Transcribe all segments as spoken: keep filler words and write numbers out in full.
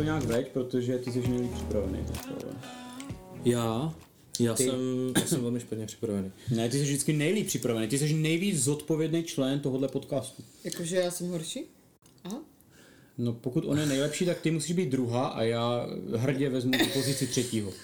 to nějak veď, protože ty jsi nejlíp připravený. Já? Já jsem, já jsem velmi špatně připravený. Ne, ty jsi vždycky nejlíp připravený, ty jsi nejvíc zodpovědný člen tohohle podcastu. Jakože já jsem horší? Aha. No pokud on je nejlepší, tak ty musíš být druhá a já hrdě vezmu pozici třetího. Uh,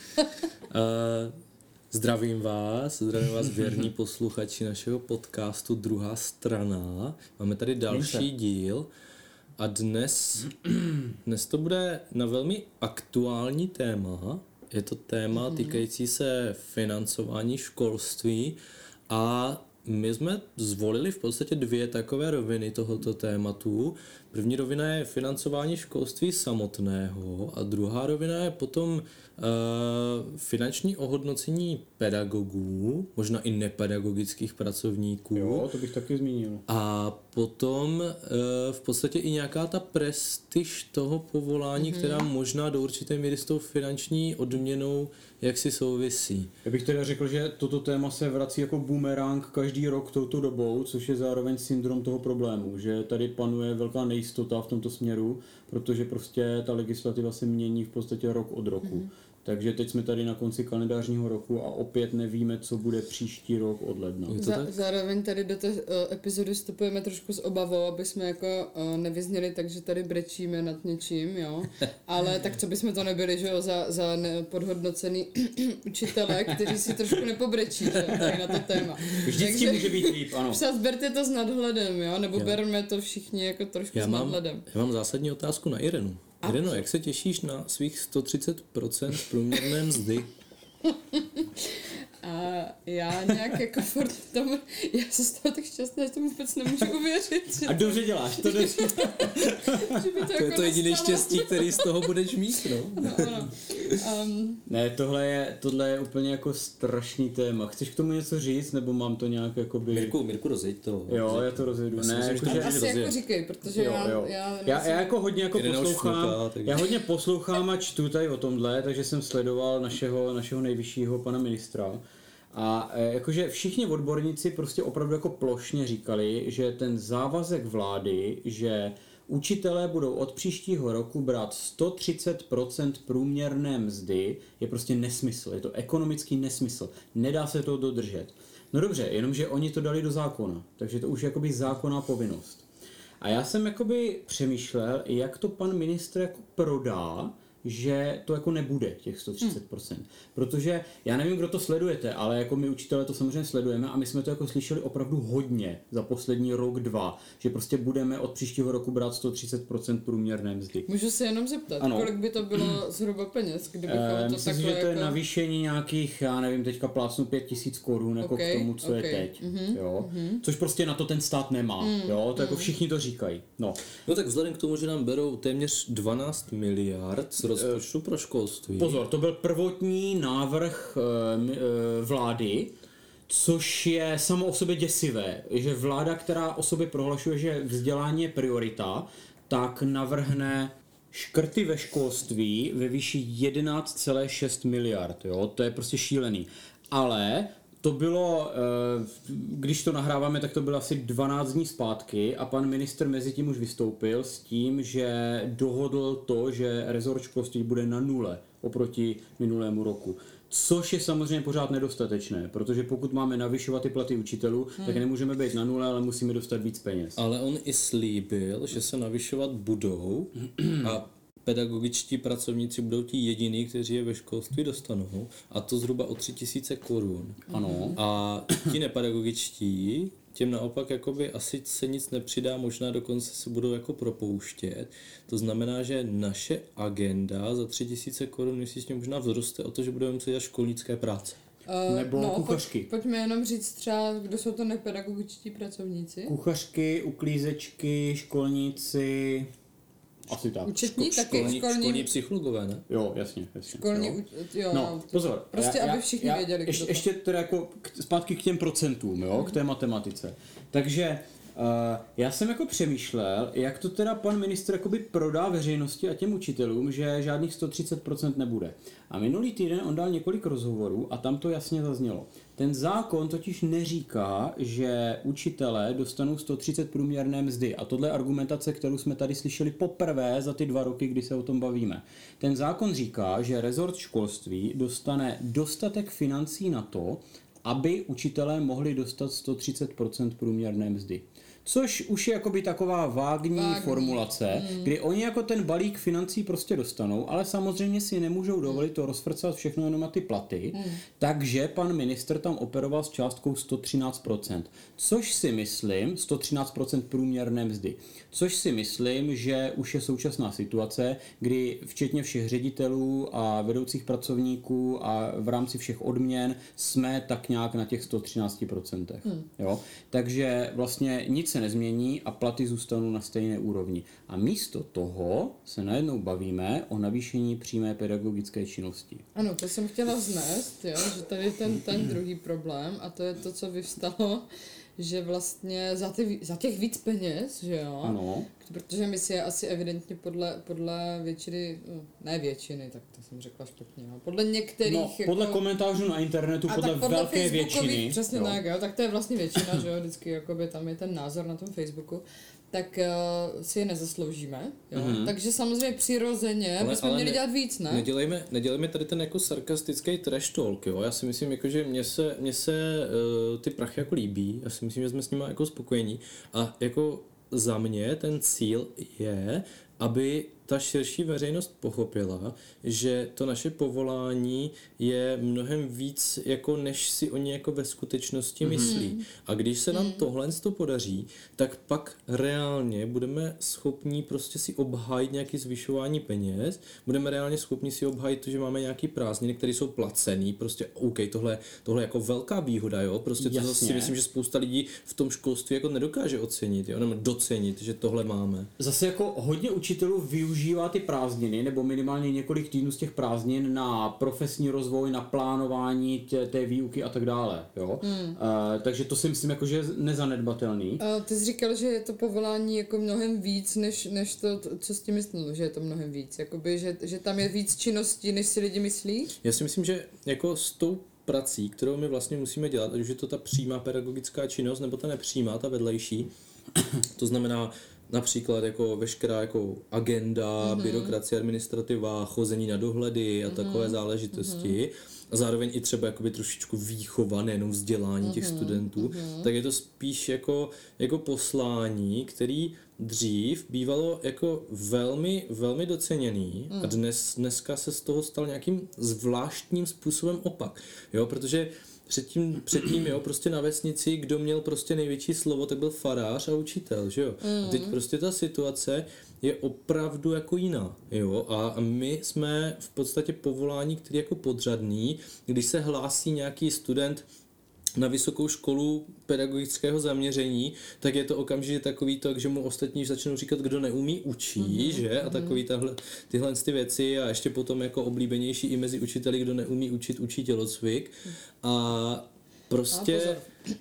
zdravím vás, zdravím vás věrní posluchači našeho podcastu Druhá strana. Máme tady další díl a dnes, dnes to bude na velmi aktuální téma. Je to téma týkající se financování školství a my jsme zvolili v podstatě dvě takové roviny tohoto tématu. První rovina je financování školství samotného a druhá rovina je potom uh, finanční ohodnocení pedagogů, možná i nepedagogických pracovníků. Jo, to bych taky zmínil. A potom uh, v podstatě i nějaká ta prestiž toho povolání, mm-hmm. která možná do určité míry s tou finanční odměnou jaksi souvisí. Já bych teda řekl, že toto téma se vrací jako boomerang každý rok touto dobou, což je zároveň syndrom toho problému, že tady panuje velká nejistota v tomto směru, protože prostě ta legislativa se mění v podstatě rok od roku. Mm. Takže teď jsme tady na konci kalendářního roku a opět nevíme, co bude příští rok od ledna. Za, zároveň tady do té uh, epizody vstupujeme trošku s obavou, aby jsme jako uh, nevyzněli tak, že tady brečíme nad něčím, jo. Ale tak co bychom to nebyli, že jo, za, za podhodnocený učitele, kteří si trošku nepobrečí, že tady na to téma. Vždycky Takže, může být líp, ano. Přes berte to s nadhledem, jo, nebo jo. berme to všichni jako trošku já s mám, nadhledem. Já mám zásadní otázku na Irenu. A Ireno, jak se těšíš na svých sto třicet procent průměrné mzdy? A já nějak jako furt tomu, já jsem z toho tak šťastná, že to vůbec nemůžu uvěřit. A dobře děláš, to dobře. to, to jako je to jediné štěstí, který z toho budeš mít, no. no, no. Um, ne, tohle je, tohle je úplně jako strašný téma. Chceš k tomu něco říct, nebo mám to nějak jakoby... Mirku, Mirku, rozjeď to. Jo, já to rozjedu. Ne, myslím, jako, že... Asi rozjeď. Jako říkej, protože jo, já, jo. Já, já... Já jako hodně jako poslouchám, šmuká, tak... já hodně poslouchám a čtu tady o tomhle, takže jsem sledoval našeho, našeho nejvyššího pana ministra. A e, jakože všichni odborníci prostě opravdu jako plošně říkali, že ten závazek vlády, že učitelé budou od příštího roku brát sto třicet procent průměrné mzdy, je prostě nesmysl, je to ekonomický nesmysl, nedá se to dodržet. No dobře, jenomže oni to dali do zákona, takže to už je jakoby zákonná povinnost. A já jsem jakoby přemýšlel, jak to pan ministr jako prodá, že to jako nebude těch sto třicet procent. Hmm. Protože já nevím, kdo to sledujete, ale jako my učitelé to samozřejmě sledujeme a my jsme to jako slyšeli opravdu hodně za poslední rok, dva, že prostě budeme od příštího roku brát sto třicet procent průměrné mzdy. Můžu se jenom zeptat, ano. Kolik by to bylo zhruba peněz, kdybychom e, to myslím takhle si, že to jako... je navýšení nějakých, já nevím, teďka plácnu pět tisíc korun jako okay, k tomu, co okay. je teď. Mm-hmm, jo? Mm-hmm. Což prostě na to ten stát nemá. Mm, jo? To mm. jako všichni to říkají. No. no tak vzhledem k tomu, že nám berou téměř dvanáct miliard z rozpočtu pro školství. Pozor, to byl prvotní návrh e, e, vlády, což je samo o sobě děsivé, že vláda, která o sobě prohlašuje, že vzdělání je priorita, tak navrhne škrty ve školství ve výši jedenáct celá šest miliard, jo, to je prostě šílený. Ale to bylo, když to nahráváme, tak to bylo asi dvanáct dní zpátky a pan ministr mezi tím už vystoupil s tím, že dohodl to, že rezort školství bude na nule oproti minulému roku. Což je samozřejmě pořád nedostatečné, protože pokud máme navyšovat ty platy učitelů, hmm. tak nemůžeme být na nule, ale musíme dostat víc peněz. Ale on i slíbil, že se navyšovat budou a pedagogičtí pracovníci budou ti jediní, kteří je ve školství dostanou, a to zhruba o tři tisíce korun. Ano. A ti nepedagogičtí, těm naopak jakoby asi se nic nepřidá, možná dokonce se budou jako propouštět. To znamená, že naše agenda za tři tisíce korun měsíčně možná vzroste o to, že budeme muset dělat školnické práce. Uh, Nebo no, kuchařky. Pojď, pojďme jenom říct třeba, kdo jsou to nepedagogičtí pracovníci. Kuchařky, uklízečky, školníci... Asi tak. Účetní Ško- taky. Školní, školní, školní psychologové, ne? Jo, jasně. jasně školní, jo. jo. No, pozor. Prostě, já, aby všichni já, věděli, ještě, kdo to. ještě teda jako k, zpátky k těm procentům, jo, k té matematice. Takže já jsem jako přemýšlel, jak to teda pan ministr jakoby prodá veřejnosti a těm učitelům, že žádných sto třicet procent nebude. A minulý týden on dal několik rozhovorů a tam to jasně zaznělo. Ten zákon totiž neříká, že učitelé dostanou sto třicet průměrné mzdy. A tohle je argumentace, kterou jsme tady slyšeli poprvé za ty dva roky, kdy se o tom bavíme. Ten zákon říká, že rezort školství dostane dostatek financí na to, aby učitelé mohli dostat sto třicet procent průměrné mzdy. Což už je jakoby taková vágní, vágní. formulace, mm. kdy oni jako ten balík financí prostě dostanou, ale samozřejmě si nemůžou dovolit to rozfrcat všechno jenom na ty platy, mm. takže pan ministr tam operoval s částkou sto třináct procent. Což si myslím, sto třináct procent průměrné mzdy, což si myslím, že už je současná situace, kdy včetně všech ředitelů a vedoucích pracovníků a v rámci všech odměn jsme tak nějak na těch sto třináct procent. Mm. Jo? Takže vlastně nic se nezmění a platy zůstanou na stejné úrovni. A místo toho se najednou bavíme o navýšení přímé pedagogické činnosti. Ano, to jsem chtěla vznést, jo, že tady je ten, ten druhý problém a to je to, co vyvstalo, že vlastně za, ty, za těch víc peněz, že jo, ano. Protože my si je asi evidentně podle, podle většiny, ne většiny, tak to jsem řekla špatně, no, podle některých... No, jako, podle komentářů na internetu, podle, podle velké většiny. Přesně jo. tak, jo, tak to je vlastně většina, že jo, vždycky jakoby tam je ten názor na tom Facebooku, tak uh, si je nezasloužíme, jo, mm-hmm. takže samozřejmě přirozeně ale, bychom ale měli ne, dělat víc, ne? Nedělejme, nedělejme tady ten jako sarkastický trash talk, jo, já si myslím, jako, že mně se, mně se uh, ty prachy jako líbí, já si myslím, že jsme s nimi jako spokojení a jako za mě ten cíl je, aby ta širší veřejnost pochopila, že to naše povolání je mnohem víc, jako než si oni jako ve skutečnosti mm. myslí. A když se nám mm. tohle to podaří, tak pak reálně budeme schopní prostě si obhájit nějaké zvyšování peněz, budeme reálně schopni si obhájit to, že máme nějaký prázdniny, které jsou placený, prostě OK, tohle, tohle je jako velká výhoda, jo, prostě to si myslím, že spousta lidí v tom školství jako nedokáže ocenit, jo, nebo docenit, že tohle máme. Zase jako hodně učitelů využívá využívá ty prázdniny, nebo minimálně několik týdnů z těch prázdnin na profesní rozvoj, na plánování tě, té výuky a tak dále. Jo? Hmm. Uh, takže to si myslím, jako, že je nezanedbatelný. Uh, ty jsi říkal, že je to povolání jako mnohem víc, než, než to, co s tím myslel, že je to mnohem víc. Jakoby, že, že tam je víc činností, než si lidi myslí? Já si myslím, že jako s tou prací, kterou my vlastně musíme dělat, ať už je to ta přímá pedagogická činnost, nebo ta nepřímá, ta vedlejší, to znamená například jako veškerá jako agenda, mm-hmm. byrokracie, administrativa, chození na dohledy a mm-hmm. takové záležitosti. Mm-hmm. A zároveň i třeba jakoby trošičku výchova, nejenom vzdělání mm-hmm. těch studentů, mm-hmm. tak je to spíš jako, jako poslání, který dřív bývalo jako velmi, velmi doceněný mm. a dnes, dneska se z toho stal nějakým zvláštním způsobem opak. Jo, protože Předtím, předtím, jo, prostě na vesnici, kdo měl prostě největší slovo, tak byl farář a učitel, že jo. Mm. A teď prostě ta situace je opravdu jako jiná, jo. A my jsme v podstatě povolání, který je jako podřadný, když se hlásí nějaký student na vysokou školu pedagogického zaměření, tak je to okamžitě takový to, že mu ostatní začnou říkat, kdo neumí, učí, mm-hmm. že? A takový tahle, tyhle ty věci a ještě potom jako oblíbenější i mezi učiteli, kdo neumí učit, učí tělocvik. A prostě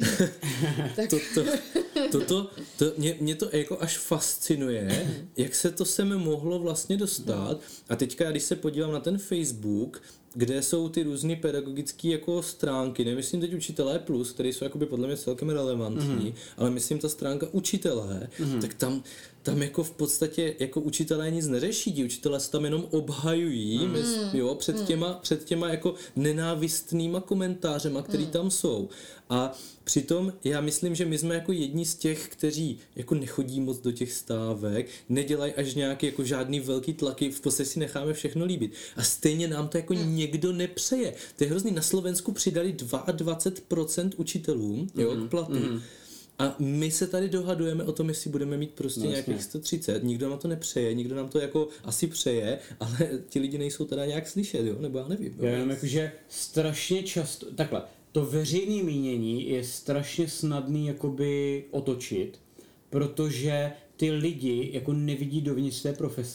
to, to, to, to, to, mě, mě to jako až fascinuje, jak se to sem mohlo vlastně dostat. A teďka, když se podívám na ten Facebook, kde jsou ty různé pedagogické jako stránky, nemyslím teď Učitelé plus, které jsou jakoby podle mě celkem relevantní, mm-hmm. ale myslím ta stránka Učitelé, mm-hmm. tak tam, tam jako v podstatě jako učitelé nic neřeší, ti učitelé se tam jenom obhajují mm. mez, jo, před, těma, před těma jako nenávistnýma komentářema, který mm. tam jsou. A přitom já myslím, že my jsme jako jedni z těch, kteří jako nechodí moc do těch stávek, nedělají až nějaký jako žádný velký tlaky, v podstatě si necháme všechno líbit. A stejně nám to jako mm. někdo nepřeje. To je hrozný, na Slovensku přidali dvacet dva procent učitelům, jo, mm. k platu. Mm. A my se tady dohadujeme o tom, jestli budeme mít prostě no, nějakých sto třicet. Nikdo nám to nepřeje, nikdo nám to jako asi přeje, ale ti lidi nejsou teda nějak slyšet, jo? Nebo já nevím. Já jenom jakože strašně často, takhle, to veřejné mínění je strašně snadný jakoby otočit, protože ty lidi jako nevidí dovnitř té profese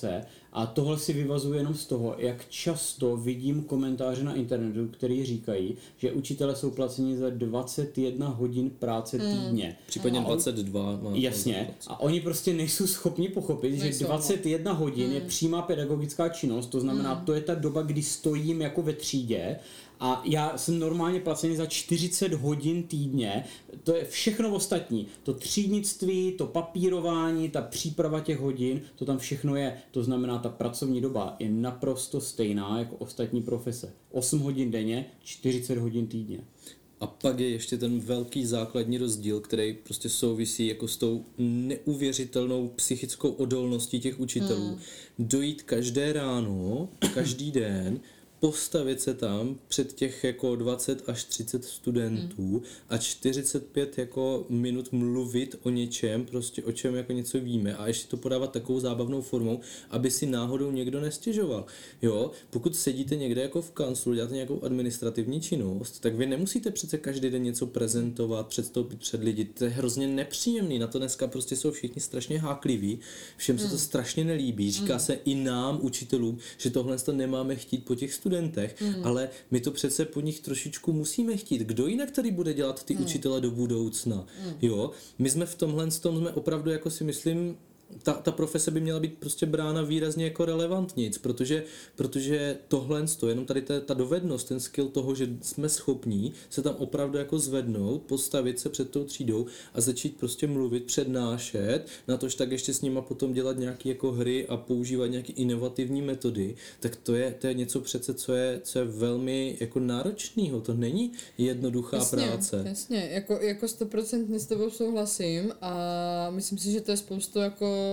A tohle si vyvazuji jenom z toho, jak často vidím komentáře na internetu, který říkají, že učitelé jsou placeni za dvacet jedna hodin práce týdně. Mm. Případně a dvacet dva. On, jasně. A oni prostě nejsou schopni pochopit, nejsou, že dvacet jedna hodin mm. je přímá pedagogická činnost, to znamená, mm. to je ta doba, kdy stojím jako ve třídě. A já jsem normálně placený za čtyřicet hodin týdně, to je všechno ostatní. To třídnictví, to papírování, ta příprava těch hodin, to tam všechno je. To znamená, ta pracovní doba je naprosto stejná jako ostatní profese. osm hodin denně, čtyřicet hodin týdně. A pak je ještě ten velký základní rozdíl, který prostě souvisí jako s tou neuvěřitelnou psychickou odolností těch učitelů. Hmm. Dojít každé ráno, každý den, postavit se tam před těch jako dvacet až třicet studentů hmm. a čtyřicet pět jako minut mluvit o něčem, prostě o čem jako něco víme a ještě to podávat takovou zábavnou formou, aby si náhodou někdo nestěžoval. Jo, pokud sedíte někde jako v kanclu, děláte nějakou administrativní činnost, tak vy nemusíte přece každý den něco prezentovat, předstoupit před lidi. To je hrozně nepříjemný, na to dneska prostě jsou všichni strašně hákliví, všem se to hmm. strašně nelíbí. Říká hmm. se i nám, učitelům, že tohle to nemáme chtít po těch studentech, mm. ale my to přece po nich trošičku musíme chtít. Kdo jinak tady bude dělat ty mm. učitele do budoucna? Mm. Jo, my jsme v tomhle tom jsme opravdu, jako si myslím, ta, ta profese by měla být prostě brána výrazně jako relevantnic, protože, protože tohle, jenom tady ta, ta dovednost, ten skill toho, že jsme schopní se tam opravdu jako zvednout, postavit se před tou třídou a začít prostě mluvit, přednášet, na tož tak ještě s nima potom dělat nějaké jako hry a používat nějaké inovativní metody, tak to je, to je něco přece, co je, co je velmi jako náročného, to není jednoduchá jasně, práce. Jasně, jako, jako stoprocentně s tebou souhlasím a myslím si, že to je spoustu jako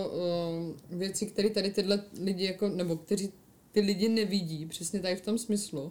věci, které tady tyhle lidi jako, nebo kteří ty lidi nevidí, přesně tady v tom smyslu.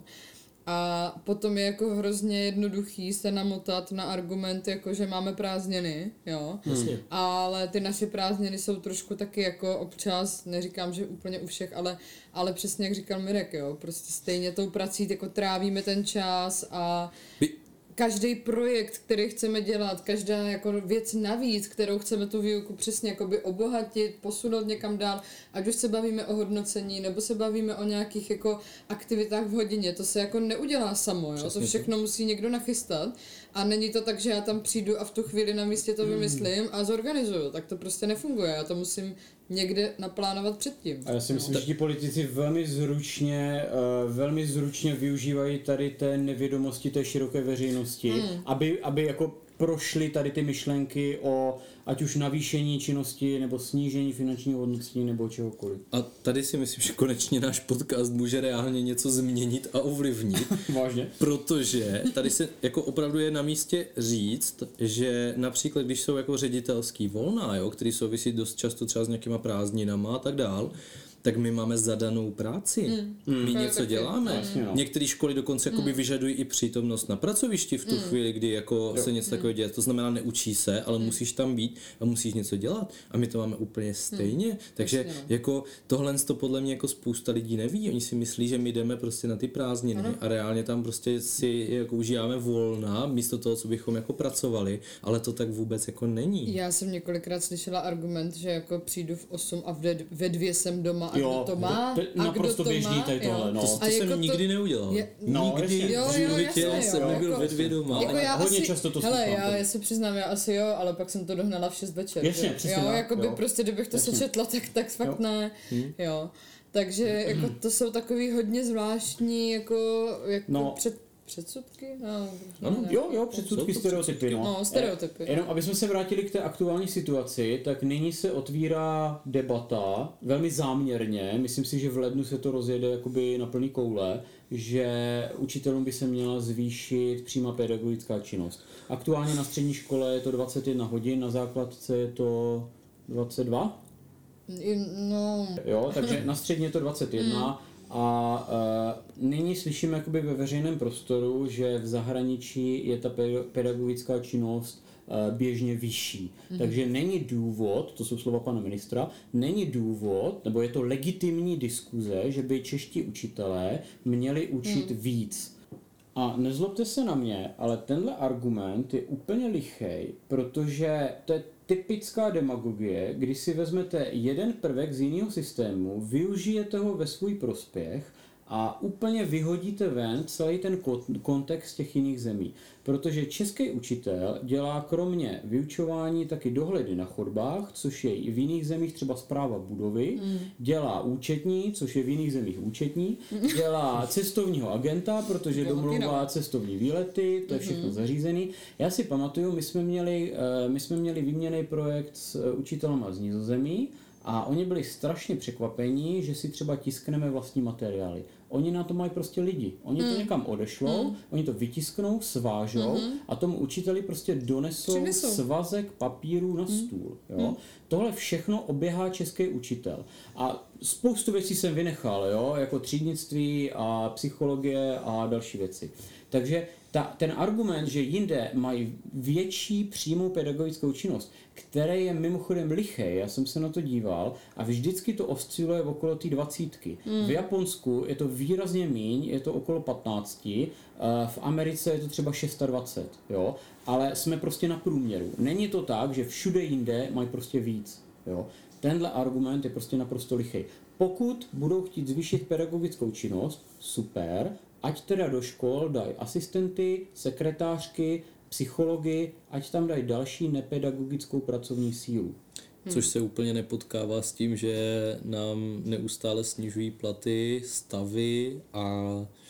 A potom je jako hrozně jednoduchý se namotat na argument, jako že máme prázdniny, jo. Hmm. Ale ty naše prázdniny jsou trošku taky jako občas, neříkám, že úplně u všech, ale, ale přesně jak říkal Mirek, jo. Prostě stejně tou prací jako trávíme ten čas a By- každý projekt, který chceme dělat, každá jako věc navíc, kterou chceme tu výuku přesně jakoby obohatit, posunout někam dál, ať už se bavíme o hodnocení, nebo se bavíme o nějakých jako aktivitách v hodině, to se jako neudělá samo, jo? To všechno musí někdo nachystat a není to tak, že já tam přijdu a v tu chvíli na místě to vymyslím a zorganizuju, tak to prostě nefunguje, já to musím někde naplánovat předtím. A já si myslím, no. že ti politici velmi zručně, uh, velmi zručně využívají tady té nevědomosti té široké veřejnosti, mm. aby, aby jako prošly tady ty myšlenky o ať už navýšení činnosti nebo snížení finančního hodnocení nebo čehokoliv. A tady si myslím, že konečně náš podcast může reálně něco změnit a ovlivnit. Vážně? Protože tady se jako opravdu je na místě říct, že například když jsou jako ředitelský volná, jo, který souvisí dost často třeba s nějakýma prázdninama a tak dál, tak my máme zadanou práci. Mm. My mm. něco děláme. Vlastně, no. Některé školy dokonce mm. vyžadují i přítomnost na pracovišti v tu mm. chvíli, kdy jako se něco takového děje. To znamená, neučí se, ale mm. musíš tam být a musíš něco dělat. A my to máme úplně stejně. Mm. Takže vlastně, jako tohle to podle mě jako spousta lidí neví. Oni si myslí, že my jdeme prostě na ty prázdniny ano. a reálně tam prostě si jako užíváme volna místo toho, co bychom jako pracovali, ale to tak vůbec jako není. Já jsem několikrát slyšela argument, že jako přijdu v osm a ve dvě jsem doma a jo, kdo to má, to, to, a kdo to má, tady tohle, no. To, to jsem to, nikdy neudělal. Je, no, nikdy jo, v životě jo, jsem jo, nebyl jako, ve dvě doma. Jako já hodně asi, často to hele, já, já se přiznám, já asi jo, ale pak jsem to dohnala v šest večer. Jasně, přesně. Jo, jakoby jo. prostě, kdybych to Jasně. sečetla, tak, tak fakt jo. ne. Hmm. Jo. Takže jako to jsou takový hodně zvláštní, jako, jako no. před předsudky? No, no, jo, jo, předsudky, stereotypy. No. no, stereotypy. Jenom, aby jsme se vrátili k té aktuální situaci, tak nyní se otvírá debata, velmi záměrně, myslím si, že v lednu se to rozjede jakoby na plný koule, že učitelům by se měla zvýšit přímá pedagogická činnost. Aktuálně na střední škole je to dvacet jedna hodin, na základce je to dvacet dva? No. Jo, takže na střední je to dvacet jedna. Hmm. A uh, nyní slyšíme jakoby ve veřejném prostoru, že v zahraničí je ta pedagogická činnost uh, běžně vyšší. Mm-hmm. Takže není důvod, to jsou slova pana ministra, není důvod, nebo je to legitimní diskuze, že by čeští učitelé měli učit mm. víc. A nezlobte se na mě, ale tenhle argument je úplně lichej, protože to je typická demagogie, kdy si vezmete jeden prvek z jiného systému, využijete ho ve svůj prospěch a úplně vyhodíte ven celý ten kontext těch jiných zemí. Protože český učitel dělá kromě vyučování taky dohledy na chodbách, což je i v jiných zemích třeba správa budovy, mm. dělá účetní, což je v jiných zemích účetní, dělá cestovního agenta, protože domlouvá cestovní výlety, to je všechno mm-hmm. zařízený. Já si pamatuju, my jsme měli, my jsme měli výměnný projekt s učitelema z Nizozemí a oni byli strašně překvapení, že si třeba tiskneme vlastní materiály. Oni na to mají prostě lidi. Oni mm. to někam odešlou, mm. oni to vytisknou, svážou mm-hmm. a tomu učiteli prostě donesou Přinesou. svazek papíru na stůl. Jo? Mm. Tohle všechno oběhá český učitel. A spoustu věcí jsem vynechal, jo? Jako třídnictví a psychologie a další věci. Takže ta, ten argument, že jinde mají větší přímou pedagogickou činnost, který je mimochodem lichý, já jsem se na to díval a vždycky to osciluje okolo té dvacítky. Mm. V Japonsku je to výrazně míň, je to okolo patnácti, v Americe je to třeba dvacet šest, jo? Ale jsme prostě na průměru. Není to tak, že všude jinde mají prostě víc. Jo? Tenhle argument je prostě naprosto lichý. Pokud budou chtít zvýšit pedagogickou činnost, super, ať teda do škol dají asistenty, sekretářky, psychologi, ať tam dají další nepedagogickou pracovní sílu. Což se úplně nepotkává s tím, že nám neustále snižují platy, stavy a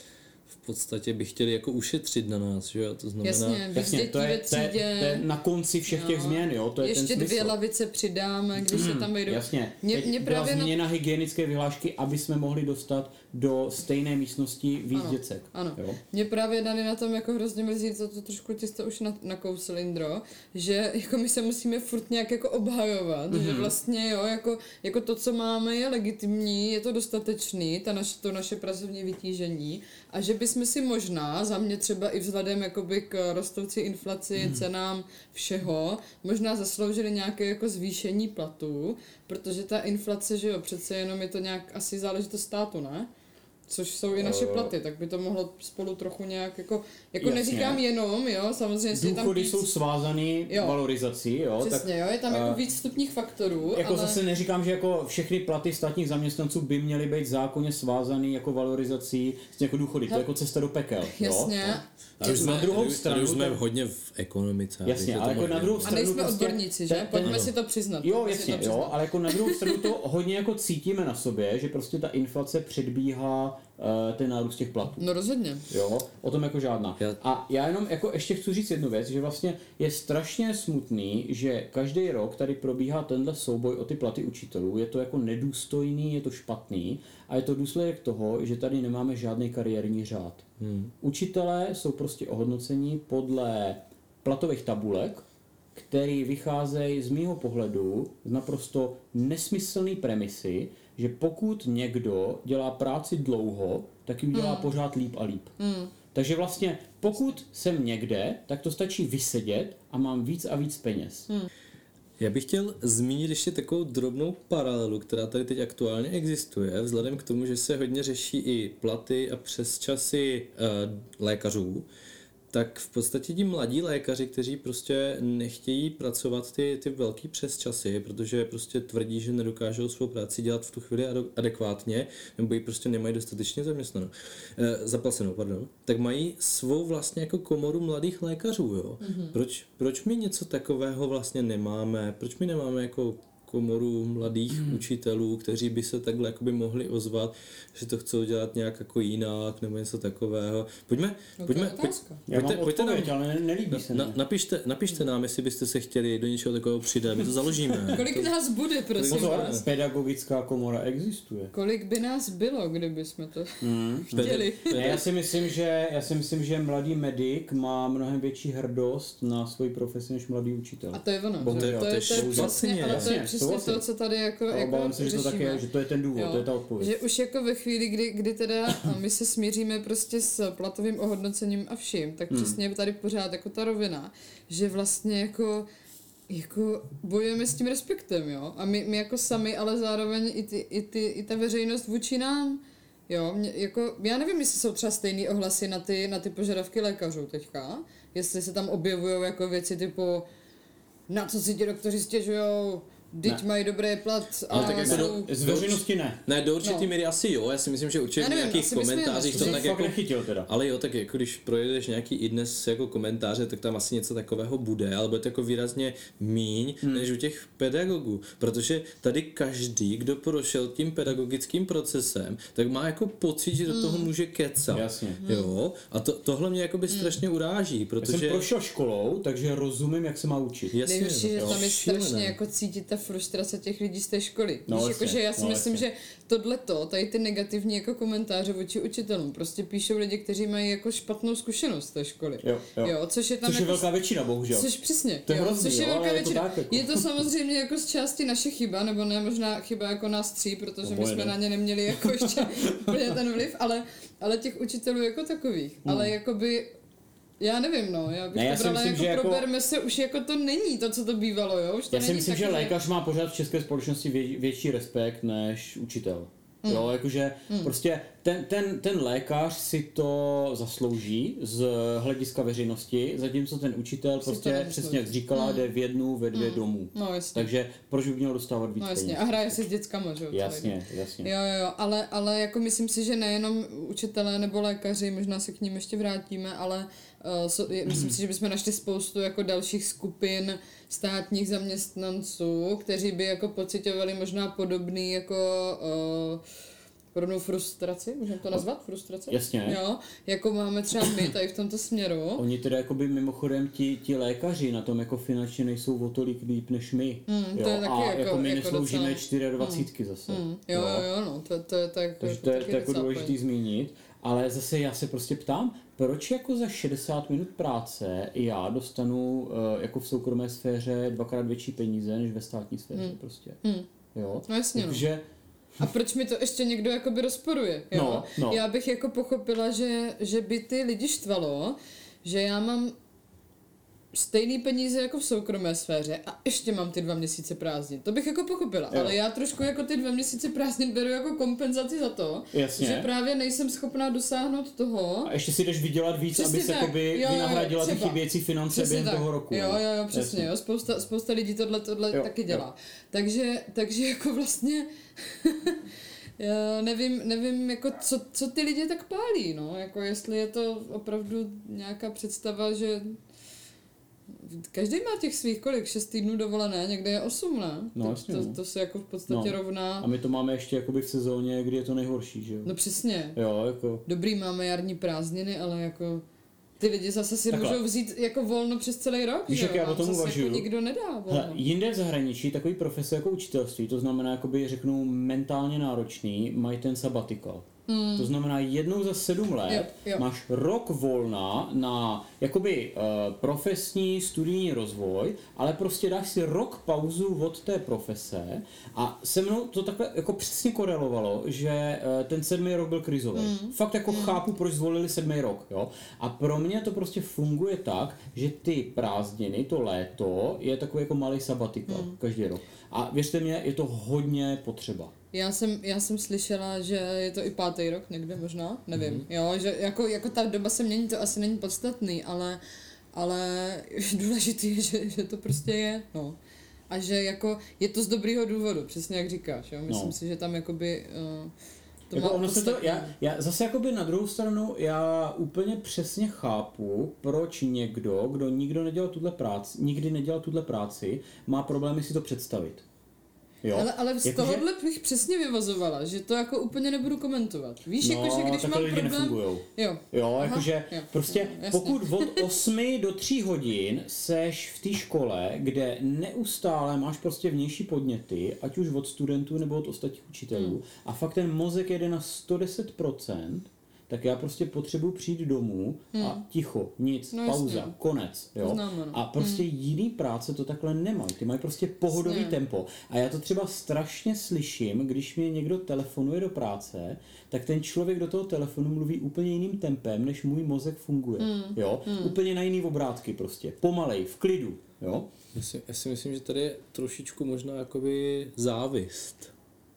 v podstatě by chtěli jako ušetřit na nás, že jo, to znamená... Jasně, Jasně to, je, to, je, to je na konci všech těch změn, jo, to je ještě ten smysl. Ještě dvě lavice přidáme, když se tam vejdou... Jasně, mě, teď mě byla právě změna na... hygienické vyhlášky, aby jsme mohli dostat do stejné místnosti víc ano, děcek. Ano, jo? Mě právě Dani na tom jako hrozně mrzí, to, to trošku ty jste už na, nakousl, Indro, že jako my se musíme furt nějak jako obhajovat, mm-hmm. že vlastně jo, jako, jako to, co máme, je legitimní, je to dostatečný, ta naše, to naše pracovní vytížení a že bychom si možná, za mě třeba i vzhledem jakoby k rostoucí inflaci, mm. cenám všeho, možná zasloužili nějaké jako zvýšení platů, protože ta inflace, že jo, přece jenom je to nějak asi záležitost státu, ne? Což jsou i naše platy, tak by to mohlo spolu trochu nějak jako, jako Jasně. neříkám jenom, jo, samozřejmě. Důchody víc... jsou svázaný jo. valorizací, jo. Přesně, tak, jo, je tam jako uh, víc vstupních faktorů, Jako ale... zase neříkám, že jako všechny platy státních zaměstnanců by měly být zákonně svázaný jako valorizací s jako důchody, to je jako cesta do pekel, Jasně. jo. A už jsme, na druhou tady, stranu... Tady už jsme hodně v ekonomice. Jasně, ale jako na druhou stranu... A nejsme prostě, odborníci, že? Pojďme ten, si to přiznat. Jo, jasně, jo, ale jako na druhou stranu to hodně jako cítíme na sobě, že prostě ta inflace předbíhá uh, ten nárůst těch platů. No rozhodně. Jo, o tom jako žádná. Já... A já jenom jako ještě chci říct jednu věc, že vlastně je strašně smutný, že každý rok tady probíhá tenhle souboj o ty platy učitelů, je to jako nedůstojný, je to špatný a je to důsledek toho, že tady nemáme žádný kariérní řád. Hmm. Učitelé jsou prostě ohodnoceni podle platových tabulek, které vycházejí z mýho pohledu z naprosto nesmyslný premisy, že pokud někdo dělá práci dlouho, tak ji dělá hmm. pořád líp a líp. Hmm. Takže vlastně pokud jsem někde, tak to stačí vysedět a mám víc a víc peněz. Hmm. Já bych chtěl zmínit ještě takovou drobnou paralelu, která tady teď aktuálně existuje, vzhledem k tomu, že se hodně řeší i platy a přesčasy e, lékařů, tak v podstatě ti mladí lékaři, kteří prostě nechtějí pracovat ty, ty velký přesčasy, protože prostě tvrdí, že nedokážou svou práci dělat v tu chvíli adekvátně, nebo ji prostě nemají dostatečně zaměstnanou, e, zaplacenou, pardon, tak mají svou vlastně jako komoru mladých lékařů, jo. Mm-hmm. Proč, proč my něco takového vlastně nemáme? Proč my nemáme jako komoru mladých hmm. učitelů, kteří by se takhle jakoby mohli ozvat, že to chcou dělat nějak jako jinak nebo něco takového. Pojďme, no pojďme, pojď, Já pojďte, mám pojďte odpověď, nám, ale nelíbí se na, napište, napište nám, jestli byste se chtěli do něčeho takového přidat, my to založíme. Kolik to, nás bude, prosím Pozor, vás? pedagogická komora existuje. Kolik by nás bylo, kdyby jsme to hmm. chtěli? Ne, já si myslím, že já si myslím, že mladý medic má mnohem větší hrdost na svoji profesi než mladý učitel. A to je ono. Bohužel. To je, to je, to je přesně, ale to je přesně to, co tady jako, jako se, že to tak je, že to je ten důvod, jo, to je ta odpověď. Že už jako ve chvíli, kdy, kdy teda my se smíříme prostě s platovým ohodnocením a vším, tak hmm. přesně tady pořád jako ta rovina, že vlastně jako jako bojujeme s tím respektem, jo, a my, my jako sami, ale zároveň i, ty, i, ty, i ta veřejnost vůči nám, jo, mě, jako, já nevím, jestli jsou třeba stejný ohlasy na ty, na ty požadavky lékařů teďka, jestli se tam objevují jako věci typu na co si ti doktoři stěžujou, Teď mají dobrý plat. Ale tak jako do, z veřejnosti ne. Ne, do určitý no. míry asi jo, já si myslím, že určitě v nějakých komentářích to tak jako... nechytil teda. Ale jo, tak jako když projedeš nějaký i dnes jako komentáře, tak tam asi něco takového bude, ale bude to jako výrazně míň, hmm. než u těch pedagogů, protože tady každý, kdo prošel tím pedagogickým procesem, tak má jako pocit, že do toho hmm. může kecat. Jasně. Jo, a to, tohle mě jakoby hmm. strašně uráží, protože... Já jsem prošel školou, takže rozumím, jak se má učit. Jasně, Nejhorší, že tam je strašně jako cítit ta frustrace těch lidí z té školy. No, Víš, jako, že já si no, myslím, jasně. že tohleto, tady ty negativní jako komentáře vůči učitelům, prostě píšou lidi, kteří mají jako špatnou zkušenost z té školy. Jo, jo. jo což je tam což jako, je velká většina, bohužel. Což přesně, to je jo, hrozný, což je jo, velká většina. Je to, tak, jako. je to samozřejmě jako z části naše chyba, nebo ne možná chyba jako nás tří, protože no, my jsme ne. na ně neměli jako ještě úplně ten vliv, ale, ale těch učitelů jako takových. Hmm. Ale jakoby já nevím, no, já bych ne, já to brala myslím, jako proberme jako... se, už jako to není to, co to bývalo, jo? Už to já si myslím, tak, že lékař má pořád v české společnosti vě, větší respekt než učitel. Mm. Jo, jakože mm. prostě ten, ten, ten lékař si to zaslouží z hlediska veřejnosti, zatímco ten učitel si prostě přesně jak říkala, mm. jde v jednu, ve dvě mm. domů. No, jasně. Takže proč by měl dostávat víc no, jasně. peněz? A hraje se s dětskama, že jo? Jasně, jasně. Jo, jo, jo, ale, ale jako myslím si, že nejenom učitelé nebo lékaři, možná se k ním ještě vrátíme, ale uh, so, je, myslím si, že bychom našli spoustu jako dalších skupin státních zaměstnanců, kteří by jako pociťovali možná podobný jako uh, podobnou frustraci, můžeme to nazvat? Frustraci? Jasně. Jo, jako máme třeba my tady v tomto směru. Oni teda jakoby mimochodem ti, ti lékaři na tom jako finančně nejsou o tolik líp než my. Mm, to jo? je taky a jako, jako my jako nesloužíme docela... dvacítky mm. zase. Mm. Jo, jo, jo, no, to, to je tak. Takže to je, to je jako důležitý zmínit. Ale zase já se prostě ptám, proč jako za šedesát minut práce já dostanu uh, jako v soukromé sféře dvakrát větší peníze než ve státní sféře mm. prostě. Mm. Jo? No jasně, Takže, no. A proč mi to ještě někdo jakoby rozporuje? Jo? No, no. Já bych jako pochopila, že, že by ty lidi štvalo, že já mám stejný peníze jako v soukromé sféře a ještě mám ty dva měsíce prázdnin. To bych jako pochopila, jo. Ale já trošku jako ty dva měsíce prázdnin beru jako kompenzaci za to, jasně. že právě nejsem schopná dosáhnout toho. A ještě si jdeš vydělat víc, aby se jakoby vynahradila ty chybějící finance během tak. toho roku. Jo, jo, jo, přesně, jo. Spousta, spousta lidí tohle, tohle jo, taky dělá. Jo. Takže, takže jako vlastně já nevím, nevím jako co, co ty lidi tak pálí, no, jako jestli je to opravdu nějaká představa, že každý má těch svých kolik, šest týdnů dovolené, někde je osm, ne? No, to, jasně, to, no. to se jako v podstatě no. rovná. A my to máme ještě jakoby v sezóně, kdy je to nejhorší, že jo? No přesně. Jo, jako. Dobrý, máme jarní prázdniny, ale jako ty lidi zase si Takhle. můžou vzít jako volno přes celý rok, Víš, že jak já o tom uvažuju? Jako nikdo nedá volno. Hele, jinde v zahraničí takový profese jako učitelství, to znamená jakoby řeknu mentálně náročný, mají ten sabbatical. Hmm. To znamená jednou za sedm let jo, jo. máš rok volna na jakoby uh, profesní studijní rozvoj, ale prostě dáš si rok pauzu od té profese a se mnou to takhle jako přesně korelovalo, že uh, ten sedmý rok byl krizový. Hmm. Fakt jako hmm. chápu, proč zvolili sedmý rok, jo. A pro mě to prostě funguje tak, že ty prázdniny, to léto je takový jako malý sabbatical hmm. každý rok. A věřte mě, je to hodně potřeba. Já jsem, já jsem slyšela, že je to i pátý rok někde možná, nevím, mm. jo, že jako, jako ta doba se mění, to asi není podstatný, ale, ale důležitý je, že, že to prostě je, no. A že jako je to z dobrýho důvodu, přesně jak říkáš, jo, myslím no. si, že tam jakoby uh, to jako má ono se to, já, já zase jakoby na druhou stranu, já úplně přesně chápu, proč někdo, kdo nikdo nedělal tuhle práci, nikdy nedělal tuhle práci, má problémy si to představit. Jo. Ale, ale z jako tohohle že... bych přesně vyvazovala, že to jako úplně nebudu komentovat. Víš, no, jako, že když mám problém... nefungujou. Jo. Jo, jakože prostě jo, pokud od osmi do tří hodin seš v té škole, kde neustále máš prostě vnější podněty, ať už od studentů nebo od ostatních učitelů, hmm. a fakt ten mozek jede na sto deset procent, tak já prostě potřebuji přijít domů hmm. a ticho, nic, no, pauza, jasně. konec. Jo? Znamená. A prostě hmm. jiný práce to takhle nemají. Ty mají prostě pohodový jasně. tempo. A já to třeba strašně slyším, když mi někdo telefonuje do práce, tak ten člověk do toho telefonu mluví úplně jiným tempem, než můj mozek funguje. Hmm. Jo? Hmm. Úplně na jiný obrátky prostě. Pomalej, v klidu. Jo? Já si, já si myslím, že tady je trošičku možná jakoby závist.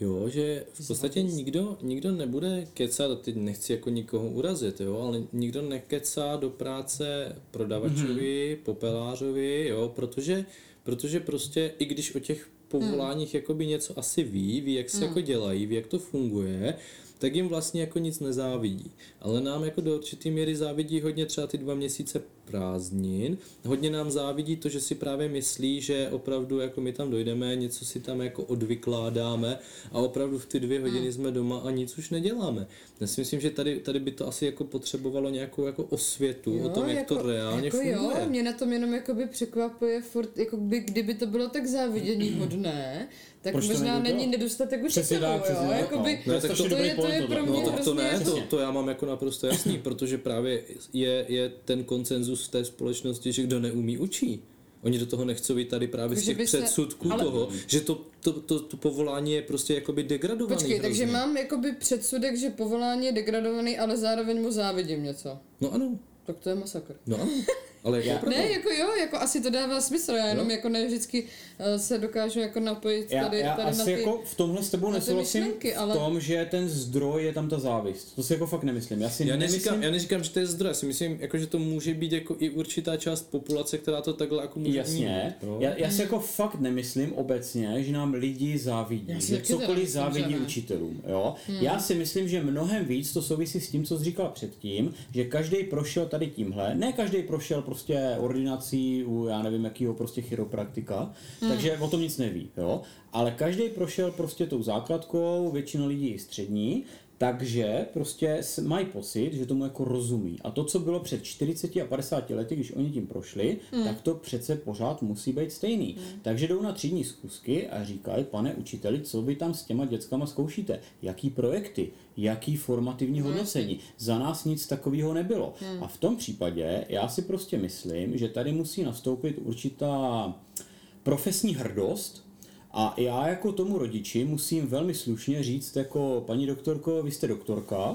Jo, že v podstatě nikdo, nikdo nebude kecat, a teď nechci jako nikoho urazit, jo, ale nikdo nekecá do práce prodavačovi, mm-hmm. popelářovi, jo, protože, protože prostě i když o těch povoláních mm. jakoby něco asi ví, ví, jak se mm. jako dělají, ví, jak to funguje, tak jim vlastně jako nic nezávidí. Ale nám jako do určitý míry závidí hodně třeba ty dva měsíce prázdnin. Hodně nám závidí to, že si právě myslí, že opravdu jako my tam dojdeme, něco si tam jako odvykládáme a opravdu v ty dvě hodiny mm. jsme doma a nic už neděláme. Já si myslím, že tady, tady by to asi jako potřebovalo nějakou jako osvětu jo, o tom, jak jako, to reálně jako funguje. Jo, mě na tom jenom jakoby překvapuje furt, jako by, kdyby to bylo tak závidění hodné, tak proč možná není nedostatek učitelů, jo? Jakoby, no. to, to, to, je, to je pro mě no, to to ne, to, to já mám jako naprosto jasný, protože právě je, je ten konsenzus v té společnosti, že kdo neumí, učí. Oni do toho nechcou jít tady právě z těch předsudků se, ale... toho, že to, to, to, to povolání je prostě jakoby degradovaný. Počkej, hrozně. Takže mám jakoby předsudek, že povolání je degradovaný, ale zároveň mu závidím něco. No ano. Tak to je masakr. No ano. Ale jako ne, jako jo, jako asi to dává smysl, já jenom jo? jako ne vždycky uh, se dokážu jako napojit tady, já, tady já na asi ty jako v tomhle s tebou nesouhlasím myšlenky, ale... v tom, že ten zdroj je tam ta závist. To si jako fakt nemyslím. Já si já nemyslím... neříkám, já neříkám, že to je zdroj, já si myslím, jako, že to může být jako i určitá část populace, která to takhle jako může Jasně, mít, já, já si jako fakt nemyslím obecně, že nám lidi závidí, že cokoliv závidí učitelům, jo. Hmm. Já si myslím, že mnohem víc to souvisí s tím, co jsi říkal předtím, že každý prošel tady tímhle, ne každý prošel prostě ordinací u, já nevím, jakýho prostě chiropraktika, hmm. takže o tom nic neví, jo. Ale každý prošel prostě tou základkou, většina lidí i střední, takže prostě mají pocit, že tomu jako rozumí. A to, co bylo před čtyřiceti a padesáti lety, když oni tím prošli, mm. tak to přece pořád musí být stejný. Mm. Takže jdou na třídní zkusky a říkají, pane učiteli, co vy tam s těma dětskama zkoušíte? Jaký projekty? Jaký formativní hodnocení? Za nás nic takového nebylo. Mm. A v tom případě já si prostě myslím, že tady musí nastoupit určitá profesní hrdost. A já jako tomu rodiči musím velmi slušně říct, jako paní doktorko, vy jste doktorka,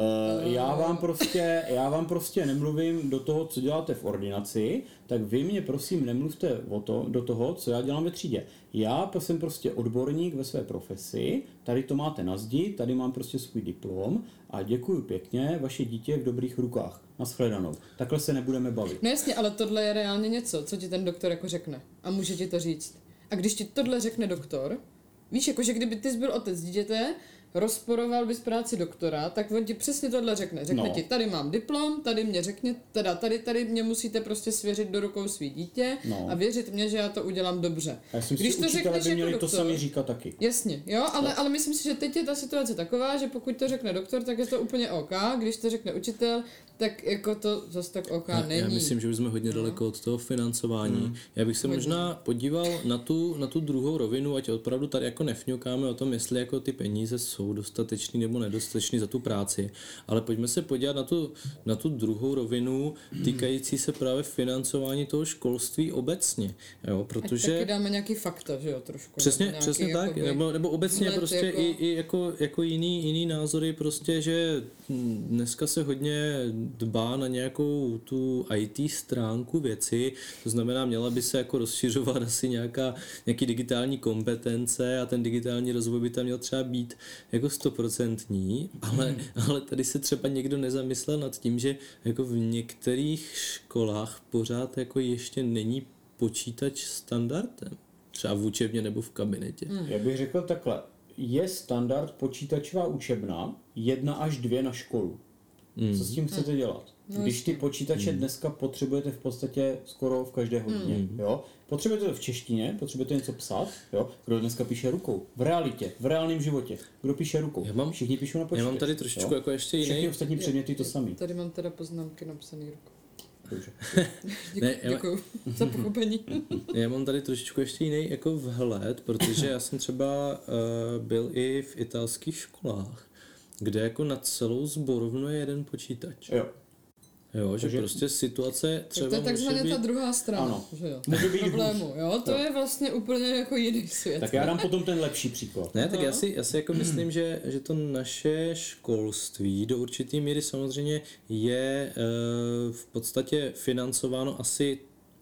já vám prostě, já vám prostě nemluvím do toho, co děláte v ordinaci, tak vy mě prosím nemluvte o to, do toho, co já dělám ve třídě. Já jsem prostě odborník ve své profesi, tady to máte na zdi, tady mám prostě svůj diplom a děkuju pěkně, vaše dítě je v dobrých rukách. Nashledanou. Takhle se nebudeme bavit. No jasně, ale tohle je reálně něco, co ti ten doktor jako řekne. A může ti to říct. A když ti tohle řekne doktor, víš, jakože kdyby ty jsi byl otec dítěte, rozporoval bys práci doktora, tak on ti přesně tohle řekne. Řekne no. ti, tady mám diplom, tady mě řekně, teda tady, tady mě musíte prostě svěřit do rukou svý dítě no. a věřit mě, že já to udělám dobře. Já si myslím, že učitelé by měli jako doktor, to sami říkat taky. Jasně, jo, ale, no. ale myslím si, že teď je ta situace taková, že pokud to řekne doktor, tak je to úplně OK, když to řekne učitel, tak jako to zase tak OK já, není. Já myslím, že už jsme hodně no. daleko od toho financování. Hmm. Já bych se hodně. možná podíval na tu, na tu druhou rovinu, ať opravdu tady jako nefňukáme o tom, jestli jako ty peníze jsou dostatečný nebo nedostatečný za tu práci, ale pojďme se podívat na tu, na tu druhou rovinu týkající se právě financování toho školství obecně, jo, protože... Ať taky dáme nějaký fakta, že jo, trošku. Přesně, nějaký, přesně tak, nebo, nebo obecně prostě jako... i, i jako, jako jiný, jiný názory prostě, že dneska se hodně dbá na nějakou tu í té stránku věci, to znamená, měla by se jako rozšiřovat asi nějaká, nějaký digitální kompetence a ten digitální rozvoj by tam měl třeba být jako stoprocentní, ale, ale tady se třeba někdo nezamyslel nad tím, že jako v některých školách pořád jako ještě není počítač standardem. Třeba v učebně nebo v kabinetě. Hmm. Já bych řekl takhle, je standard počítačová učebna jedna až dvě na školu. Hmm. Co s tím chcete dělat? No, když ty počítače hmm. dneska potřebujete v podstatě skoro v každé hodině, hmm. jo? Potřebujete to v češtině, potřebujete něco psát, jo? Kdo dneska píše rukou? V realitě, v reálném životě. Kdo píše rukou? Já mám, Všichni píšou na počítač. Já mám tady trošičku jo? jako ještě jiný. Všechny ostatní předměty to samý. Tady mám teda poznámky napsané rukou. Dobře. Děkuji, ne, děkuji za pochopení. Já mám tady trošičku ještě jiný jako vhled, protože já jsem třeba uh, byl i v italských školách, kde jako na celou sborovnu je jeden počítač. Jo. Jo, že Takže, prostě situace třeba to je takzvaně být... ta druhá strana, ano. že jo, může být problému, jo, to jo. je vlastně úplně jako jiný svět. Tak já dám potom ten lepší příklad. Ne, tak no. já si, já si jako myslím, že, že to naše školství do určitý míry samozřejmě je e, v podstatě financováno asi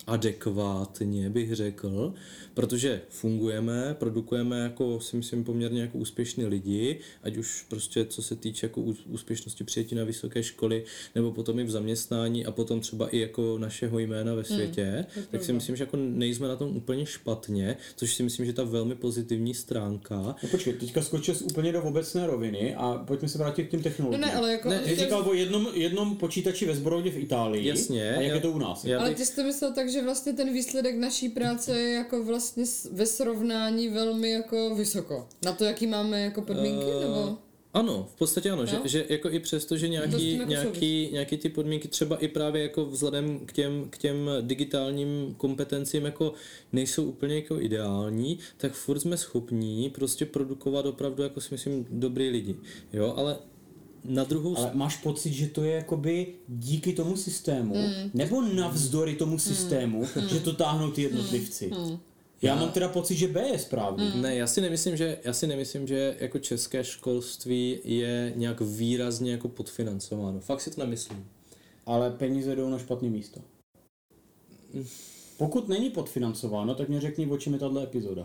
adekvátně, bych řekl, protože fungujeme, produkujeme jako si myslím poměrně jako úspěšní lidi, ať už prostě co se týče jako úspěšnosti přijetí na vysoké školy, nebo potom i v zaměstnání a potom třeba i jako našeho jména ve světě, mm, tak si myslím, že jako nejsme na tom úplně špatně, což si myslím, že ta velmi pozitivní stránka. No počkej, teďka skočil jsi úplně do obecné roviny a pojďme se vrátit k těm technologiím. No ne, ale jako... Ne, jsi říkal o jednom, jednom počítači ve Zborodě v Itálii. Jasně. A jak já, je to u nás? Já bych... Ale ty jsi to myslel tak, že vlastně ten výsledek naší práce je jako vlastně ve srovnání velmi jako vysoko. Na to, jaký máme jako podmínky, uh... nebo... Ano, v podstatě ano, no? že, že jako i přesto, že nějaký, jako nějaký, nějaký ty podmínky třeba i právě jako vzhledem k těm, k těm digitálním kompetencím jako nejsou úplně jako ideální, tak furt jsme schopní prostě produkovat opravdu jako si myslím dobrý lidi, jo, ale na druhou... Ale máš pocit, že to je jakoby díky tomu systému, mm. nebo navzdory tomu systému, mm. že to táhnou ty jednotlivci? Mm. Já mám teda pocit, že B je správný. Mm. Ne, já si nemyslím, že já si nemyslím, že jako české školství je nějak výrazně jako podfinancováno. Fakt si to nemyslím. Ale peníze jdou na špatné místo. Pokud není podfinancováno, tak mě řekni, o čem je tato epizoda.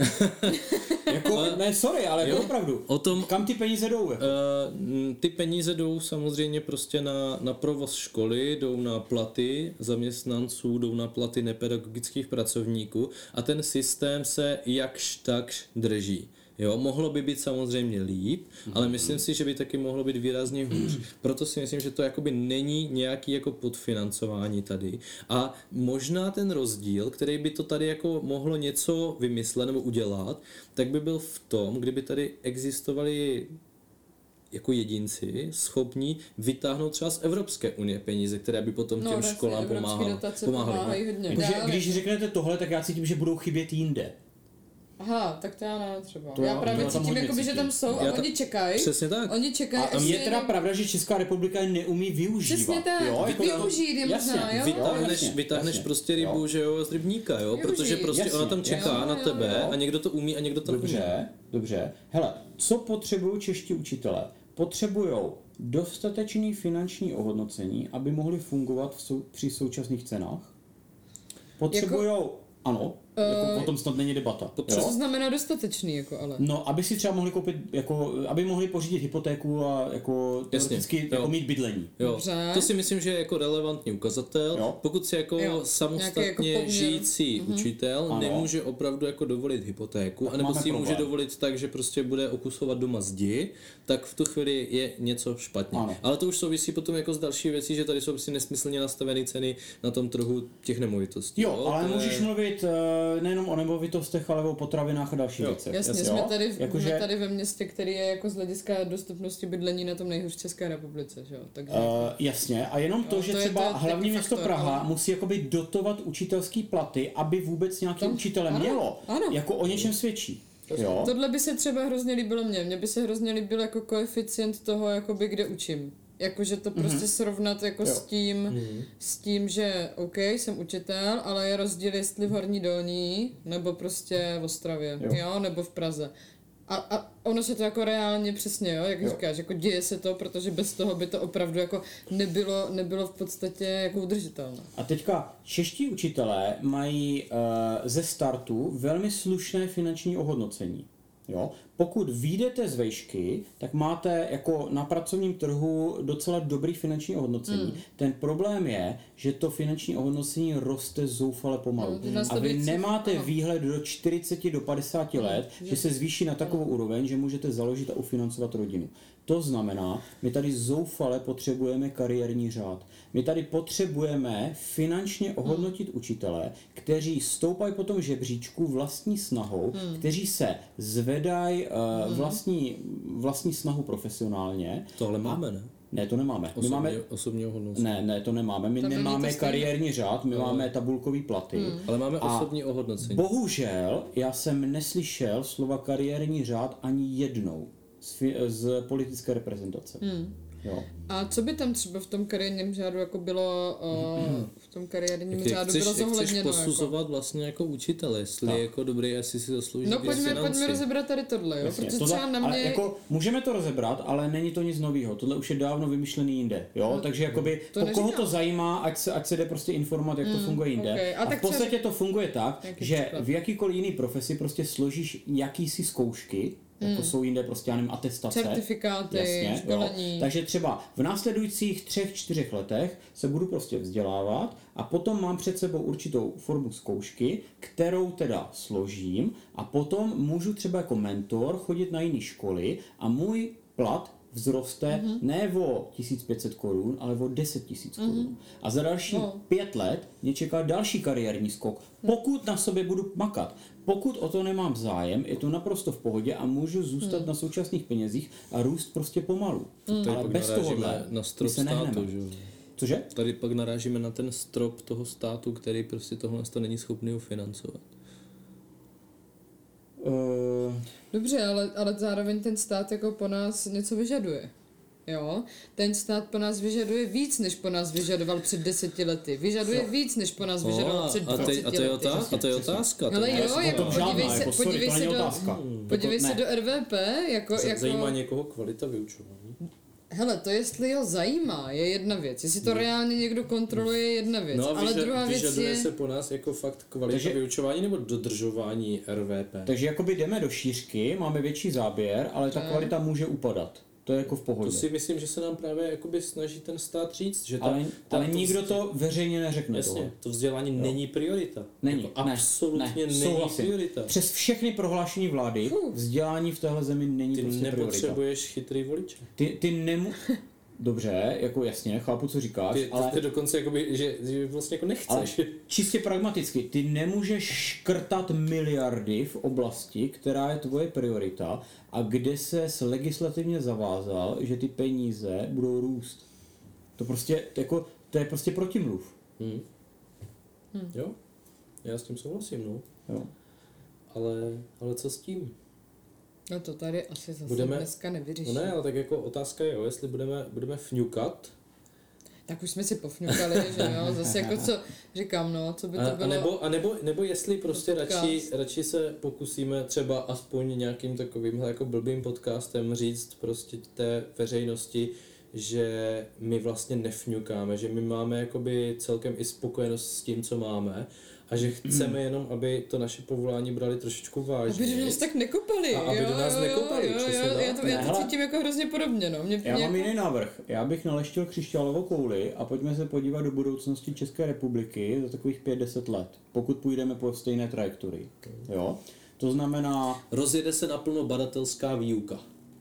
Jako, ale, ne, sorry, ale jo, opravdu. O tom, kam ty peníze jdou? Jako? Uh, ty peníze jdou samozřejmě prostě na, na provoz školy, jdou na platy zaměstnanců, jdou na platy nepedagogických pracovníků a ten systém se jakž takž drží. Jo, mohlo by být samozřejmě líp, mm-hmm. ale myslím si, že by taky mohlo být výrazně hůř. Proto si myslím, že to jakoby není nějaký jako podfinancování tady. A možná ten rozdíl, který by to tady jako mohlo něco vymyslet nebo udělat, tak by byl v tom, kdyby tady existovali jako jedinci schopní vytáhnout třeba z Evropské unie peníze, které by potom těm no, školám pomáhaly. pomáhaly. Když, když řeknete tohle, tak já cítím, že budou chybět jinde. Aha, tak to já ne třeba. To já právě cítím, jakoby, že tam jsou a oni čekají. Přesně tak. Oni čekají. A je teda pravda, že Česká republika je neumí využívat. Přesně tak. Jo, jako využít je možná, jo? Vytáhneš, jasně, vytáhneš jasně, prostě rybu, jo. že jo, z rybníka, jo? Využij. Protože prostě jasně, ona tam čeká jo, na tebe jo, jo. a někdo to umí a někdo to dobře, neumí. Dobře, dobře. Hele, co potřebují čeští učitelé? Potřebujou dostatečný finanční ohodnocení, aby mohli fungovat v sou, při současných cenách. Potřebujou... Jako... Ano, jako uh, o tom snad není debata. To co znamená dostatečný, jako ale. No, aby si třeba mohli koupit, jako, aby mohli pořídit hypotéku a jako teoreticky jako mít bydlení. Jo. Dobře. To si myslím, že je jako relevantní ukazatel. Jo. Pokud si jako jo. samostatně jako žijící uh-huh. učitel ano. nemůže opravdu jako dovolit hypotéku, tak anebo si ji může dovolit tak, že prostě bude okusovat doma zdi, tak v tu chvíli je něco špatně. Ano. Ale to už souvisí potom jako s další věcí, že tady jsou si nesmyslně nastavené ceny na tom trhu těch nemovitostí. Jo, jo ale můžeš je... mluvit nejenom o nemovitostech, ale o potravinách a další věci. Jasně, Jasně, jsme tady, jako jsme že... tady ve městě, který je jako z hlediska dostupnosti bydlení na tom nejhůř v České republice, že jo? Takže... Uh, jasně, a jenom to, jo, že to třeba to, hlavní město faktor, Praha ale... musí jakoby dotovat učitelský platy, aby vůbec nějaký Tam, učitele ano, mělo, ano. jako o něčem svědčí. Jo? Tohle by se třeba hrozně líbilo mně, mně by se hrozně líbil jako koeficient toho, jakoby kde učím. Jakože to prostě mm-hmm. srovnat jako s tím, mm-hmm. s tím, že OK, jsem učitel, ale je rozdíl, jestli v Horní Dolní, nebo prostě v Ostravě, jo, jo nebo v Praze. A, a ono se to jako reálně přesně, jo, jak jo. říkáš, jako děje se to, protože bez toho by to opravdu jako nebylo, nebylo v podstatě jako udržitelné. A teďka čeští učitelé mají uh, ze startu velmi slušné finanční ohodnocení. Jo? Pokud vyjdete z vejšky, tak máte jako na pracovním trhu docela dobrý finanční ohodnocení. Mm. Ten problém je, že to finanční ohodnocení roste zoufale pomalu. Mm. A vy nemáte ano. výhled do čtyřicet do padesáti mm. let, mm. že se zvýší na takovou mm. úroveň, že můžete založit a ufinancovat rodinu. To znamená, my tady zoufale potřebujeme kariérní řád. My tady potřebujeme finančně ohodnotit hmm. učitele, kteří stoupají po tom žebříčku vlastní snahou, hmm. kteří se zvedají uh, vlastní, vlastní snahu profesionálně. Tohle máme, ne? Ne, to nemáme. Osobně, my máme osobní ohodnocení. Ne, ne, to nemáme. My to nemáme kariérní řád, my no. máme tabulkový platy. Hmm. Ale máme osobní ohodnocení. Bohužel, já jsem neslyšel slova kariérní řád ani jednou z, z politické reprezentace. Hmm. Jo. A co by tam třeba v tom kariérním řádu jako bylo, uh, v tom kariérním Jak řádu chceš, bylo jak chceš zohledněno? posuzovat Jako? vlastně jako učitel, jestli Tak. je jako dobrý, jestli si zaslouží No víc pojďme, financí. pojďme rozebrat tady tohle, jo? Jasně, Protože tohle, třeba na mě... ale jako, můžeme to rozebrat, ale není to nic nového. Tohle už je dávno vymyšlený jinde. Jo? No, Takže jakoby, to po koho neříkám. to zajímá, ať se, ať se jde prostě informovat, jak to Mm, funguje jinde. okay. A A, tak v podstatě třeba- to funguje tak, Jaký že příklad? v jakýkoliv jiný profesi prostě složíš jakýsi zkoušky, jako jsou jinde prostě, já nevím, atestace. Certifikáty, Jasně, školení. Jo. Takže třeba v následujících třech, čtyřech letech se budu prostě vzdělávat a potom mám před sebou určitou formu zkoušky, kterou teda složím a potom můžu třeba jako mentor chodit na jiné školy a můj plat vzroste mm-hmm. ne o tisíc pět set korun, ale o deset tisíc korun. Mm-hmm. A za další no. pět let mě čeká další kariérní skok, pokud na sobě budu makat. Pokud o to nemám zájem, je to naprosto v pohodě a můžu zůstat hmm. na současných penězích a růst prostě pomalu. Hmm. Ale bez tohohle na strop se státu, nehneme. že jo? Cože? Tady pak narážíme na ten strop toho státu, který prostě tohle to není schopný ufinancovat. Uh, Dobře, ale, ale zároveň ten stát jako po nás něco vyžaduje. Jo, ten stát po nás vyžaduje víc, než po nás vyžadoval před deseti lety. Vyžaduje Jo. víc, než po nás No, vyžadoval před a, dvaceti teď, a to je, lety. otázka, a to je otázka. Ale to jo, je- jako o tom žádná, podívej se, jako, sorry, podívej to se není do, otázka. podívej Jako, se ne. do R V P, jako, Z- jako Zajímá někoho kvalita vyučování? hele, to jestli ho zajímá, je jedna věc. Jestli to reálně někdo kontroluje, je jedna věc. No a ale vyža- druhá věc vyžaduje je... se po nás jako fakt kvalita Takže- vyučování nebo dodržování R V P? takže jakoby jdeme do šířky, máme větší záběr, ale ta Ne. kvalita může upadat. To je jako v To pohodě. si myslím, že se nám právě jakoby snaží ten stát říct, že ta, Ale, ta, ale to nikdo vz- to veřejně neřekne. Jasně, Toho. to vzdělání není priorita. Není, Jako ne, absolutně ne, není souhlasím. priorita. Přes všechny prohlášení vlády vzdělání v téhle zemi není Ty prostě priorita. nepotřebuješ chytrý voliče. Ty, ty nemu... Dobře, jako jasně, chápu, co říkáš, Ty, ale, ty dokonce jakoby, že, že vlastně jako ale nechceš. čistě pragmaticky, ty nemůžeš škrtat miliardy v oblasti, která je tvoje priorita a kde se legislativně zavázal, že ty peníze budou růst. To prostě, jako, to je prostě protimluv. Hmm. Hmm. Jo, já s tím souhlasím, no. Jo. Ale, ale co s tím? No to tady asi zase Budeme- dneska nevyřeší. No ne, ale tak jako otázka je, jo, jestli budeme, budeme fňukat, Tak už jsme si pofňukali, že jo, zase jako co říkám, no, co by to a, bylo... a, nebo, a nebo, nebo jestli prostě podcast. radši, radši se pokusíme třeba aspoň nějakým takovým jako blbým podcastem říct prostě té veřejnosti, že my vlastně nefňukáme, že my máme jakoby celkem i spokojenost s tím, co máme a že chceme jenom, aby to naše povolání brali trošičku vážně. Aby do nás tak nekopali, A aby jo, do nás jo, nekopali, jo, přesně jo, tak. já to, já Ne, to hele. cítím jako hrozně podobně, no. Mě, Já mě mám jako... jiný návrh. Já bych naleštil křišťálovou kouli a pojďme se podívat do budoucnosti České republiky za takových pět deset let, pokud půjdeme po stejné trajektorii. Jo? To znamená, Rozjede se naplno badatelská výuka.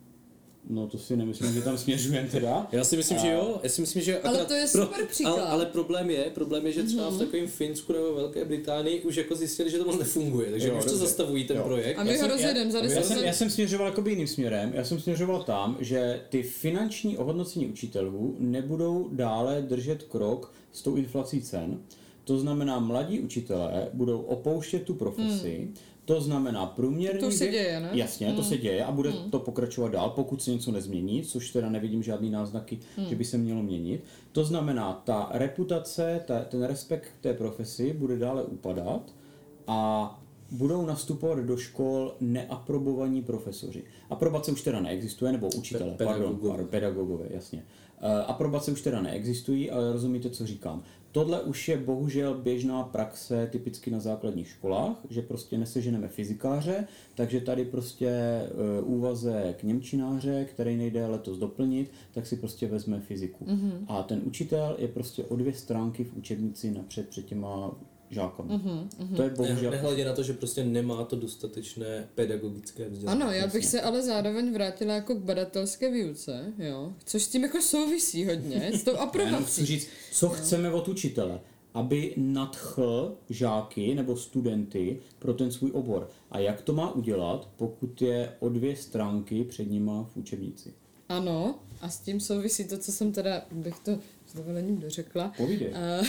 no to si nemyslím, že tam směřujeme teda. Já si myslím, A- že jo. Já si myslím, že Ale akorát to je super příklad. Ale, ale problém je, problém je, že třeba Mhm. v takovém Finsku nebo Velké Británii už jako zjistili, že to moc nefunguje, takže Jo, už to dobře. zastavují ten Jo. projekt. A my Já ho jsem- rozjedeme za Já deset jsem, let. já jsem směřoval jakoby jiným směrem. Já jsem směřoval tam, že ty finanční ohodnocení učitelů nebudou dále držet krok s tou inflací cen. To znamená, mladí učitelé budou opouštět tu profesi. Hmm. To znamená průměrný To už se věk- děje, ne? Jasně, hmm. to se děje a bude hmm. to pokračovat dál, pokud se něco nezmění, což teda nevidím žádný náznaky, hmm. že by se mělo měnit. To znamená, ta reputace, ta, ten respekt k té profesi bude dále upadat a budou nastupovat do škol neaprobovaní profesoři. Aprobace už teda neexistuje, nebo učitele, Pe- pardon, pedagogové. pardon, pedagogové, jasně. Uh, aprobace už teda neexistují, ale rozumíte, co říkám. Tohle už je bohužel běžná praxe typicky na základních školách, že prostě neseženeme fyzikáře, takže tady prostě uh, úvazek němčináře, který nejde letos doplnit, tak si prostě vezme fyziku. Mm-hmm. A ten učitel je prostě o dvě stránky v učebnici napřed před těma žákama. Mm-hmm. To je Ne, bohužel... nehledě na to, že prostě nemá to dostatečné pedagogické vzdělání. Ano, já bych se ale zároveň vrátila jako k badatelské výuce, jo, což s tím jako souvisí hodně, s tou Já jenom chci aprobací. říct, co chceme od učitele, aby nadchl žáky nebo studenty pro ten svůj obor. A jak to má udělat, pokud je o dvě stránky před nima v učebnici? Ano, A s tím souvisí to, co jsem teda, bych to s dovolením dořekla. Povídej. A,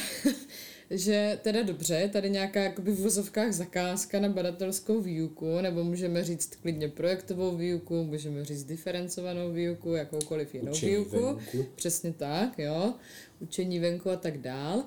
že teda dobře, je tady nějaká jakoby v vozovkách zakázka na badatelskou výuku, nebo můžeme říct klidně projektovou výuku, můžeme říct diferencovanou výuku, jakoukoliv jinou Učení výuku. venku. Přesně tak, jo. Učení venku a tak dál.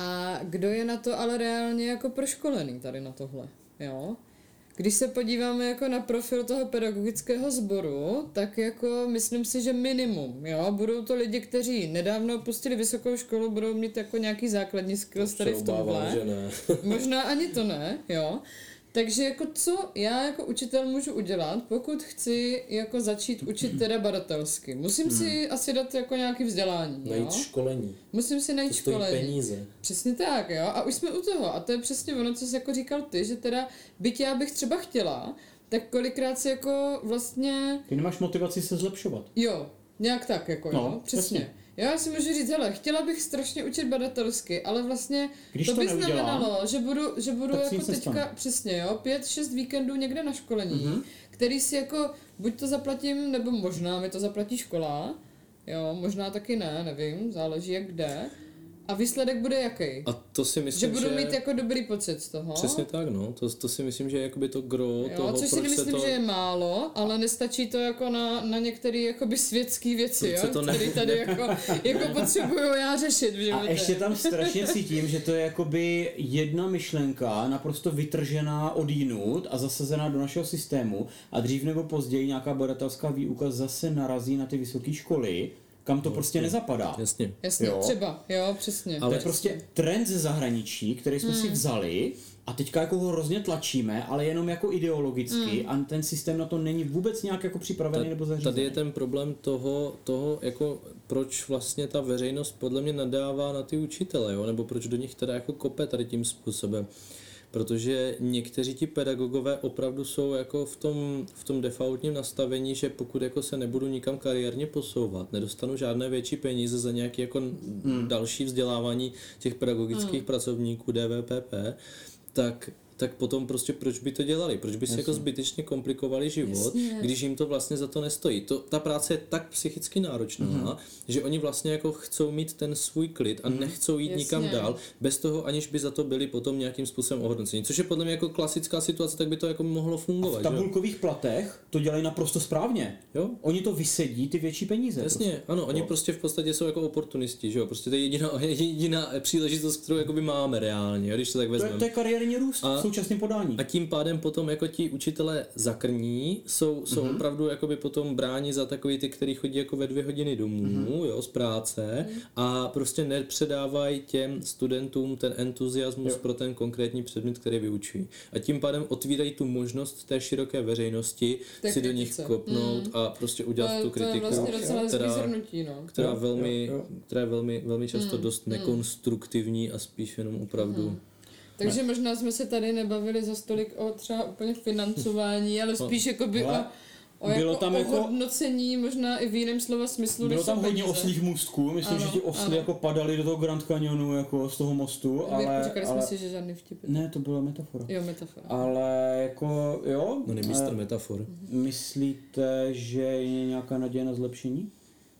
A kdo je na to ale reálně jako proškolený tady na tohle, jo? Když se podíváme jako na profil toho pedagogického sboru, tak jako myslím si, že minimum, jo, budou to lidi, kteří nedávno opustili vysokou školu, budou mít jako nějaký základní skills tady v tomhle. Že ne. Možná ani to ne, jo. Takže jako co já jako učitel můžu udělat, pokud chci jako začít učit teda badatelsky? Musím hmm. si asi dát jako nějaký vzdělání, jo? Najít školení. Musím si najít to stojí školení. peníze. Přesně tak, jo. A už jsme u toho. A to je přesně ono, co jsi jako říkal ty, že teda, byť já bych třeba chtěla, tak kolikrát si jako vlastně... Ty nemáš motivaci se zlepšovat. Jo, nějak tak jako, no, jo. Přesně. Přesně. Já si můžu říct, hele, chtěla bych strašně učit badatelsky, ale vlastně Když to to by neudělám, znamenalo, že budu, že budu tak jako nic teďka, nestane. přesně jo, pět, šest víkendů někde na školení, Mhm. který si jako, buď to zaplatím, nebo možná mi to zaplatí škola, jo, možná taky ne, nevím, záleží jak kde. A výsledek bude jaký? A to si myslím, že budu že... mít jako dobrý pocit z toho. Přesně tak, no. To, to si myslím, že je jakoby to gro Jo, toho, což si proč nemyslím, se to... že je málo, ale nestačí to jako na, na některé jakoby světské věci, Proč jo, se to ne- které tady jako, jako potřebuju já řešit v životě. A ještě tam strašně cítím, že to je jakoby jedna myšlenka naprosto vytržená od jinut a zasazená do našeho systému a dřív nebo později nějaká badatelská výuka zase narazí na ty vysoké školy, kam to prostě nezapadá. Jasně. Jasně, Jo. třeba, jo, přesně. Ale to je prostě trend ze zahraničí, který jsme hmm. si vzali a teďka jako ho hrozně tlačíme, ale jenom jako ideologicky hmm. a ten systém na to není vůbec nějak jako připravený Ta, nebo zařízený. Tady je ten problém toho, toho, jako proč vlastně ta veřejnost podle mě nadává na ty učitele, jo? Nebo proč do nich teda jako kope tady tím způsobem. Protože někteří ti pedagogové opravdu jsou jako v tom, v tom defaultním nastavení, že pokud jako se nebudu nikam kariérně posouvat, nedostanu žádné větší peníze za nějaké jako hmm. další vzdělávání těch pedagogických hmm. pracovníků D V P P, tak tak potom prostě proč by to dělali? Proč by si jako zbytečně komplikovali život, Jasně. když jim to vlastně za to nestojí? To, ta práce je tak psychicky náročná, mm. že oni vlastně jako chcou mít ten svůj klid a mm. nechcou jít Jasně. nikam dál, bez toho, aniž by za to byli potom nějakým způsobem ohodnoceni. Což je podle mě jako klasická situace, tak by to jako mohlo fungovat. A v tabulkových že? platech to dělají naprosto správně. Jo? Oni to vysedí, ty větší peníze. Jasně, prostě. ano, oni jo. prostě v podstatě jsou jako oportunisti, že jo? Prostě to je jediná, jediná příležitost, kterou jakoby máme reálně, jo? Když to tak To vezmeme. je, to je kariérní růst A- v současném podání. A tím pádem potom jako ti učitelé zakrní, jsou, jsou mm-hmm. opravdu jakoby potom bráni za takový ty, který chodí jako ve dvě hodiny domů, mm-hmm. jo, z práce mm-hmm. a prostě nepředávají těm studentům ten entuziasmus jo. pro ten konkrétní předmět, který vyučují. A tím pádem otvírají tu možnost té široké veřejnosti Té si kritice. do nich kopnout mm. a prostě udělat to, tu kritiku, to je vlastně docela která, zrnutí, no. která, Jo, velmi, jo, jo. která je velmi, velmi často Mm. dost nekonstruktivní a spíš jenom opravdu Mm. Takže ne. možná jsme se tady nebavili za stolik o třeba úplně financování, ale spíš jakoby Hele, o, o bylo jako tam jako- ohodnocení, možná i v jiném slova smyslu, Bylo než tam jsou hodně peníze. oslých můstků, myslím, Ano, že ti osly ano. jako padaly do toho Grand Canyonu jako z toho mostu, ale... Říkali ale... jsme si, že žádný vtip. Ne, to byla metafora. Jo, metafora. Ale jako, jo... no nemistr eh, metafor. Myslíte, že je nějaká naděje na zlepšení?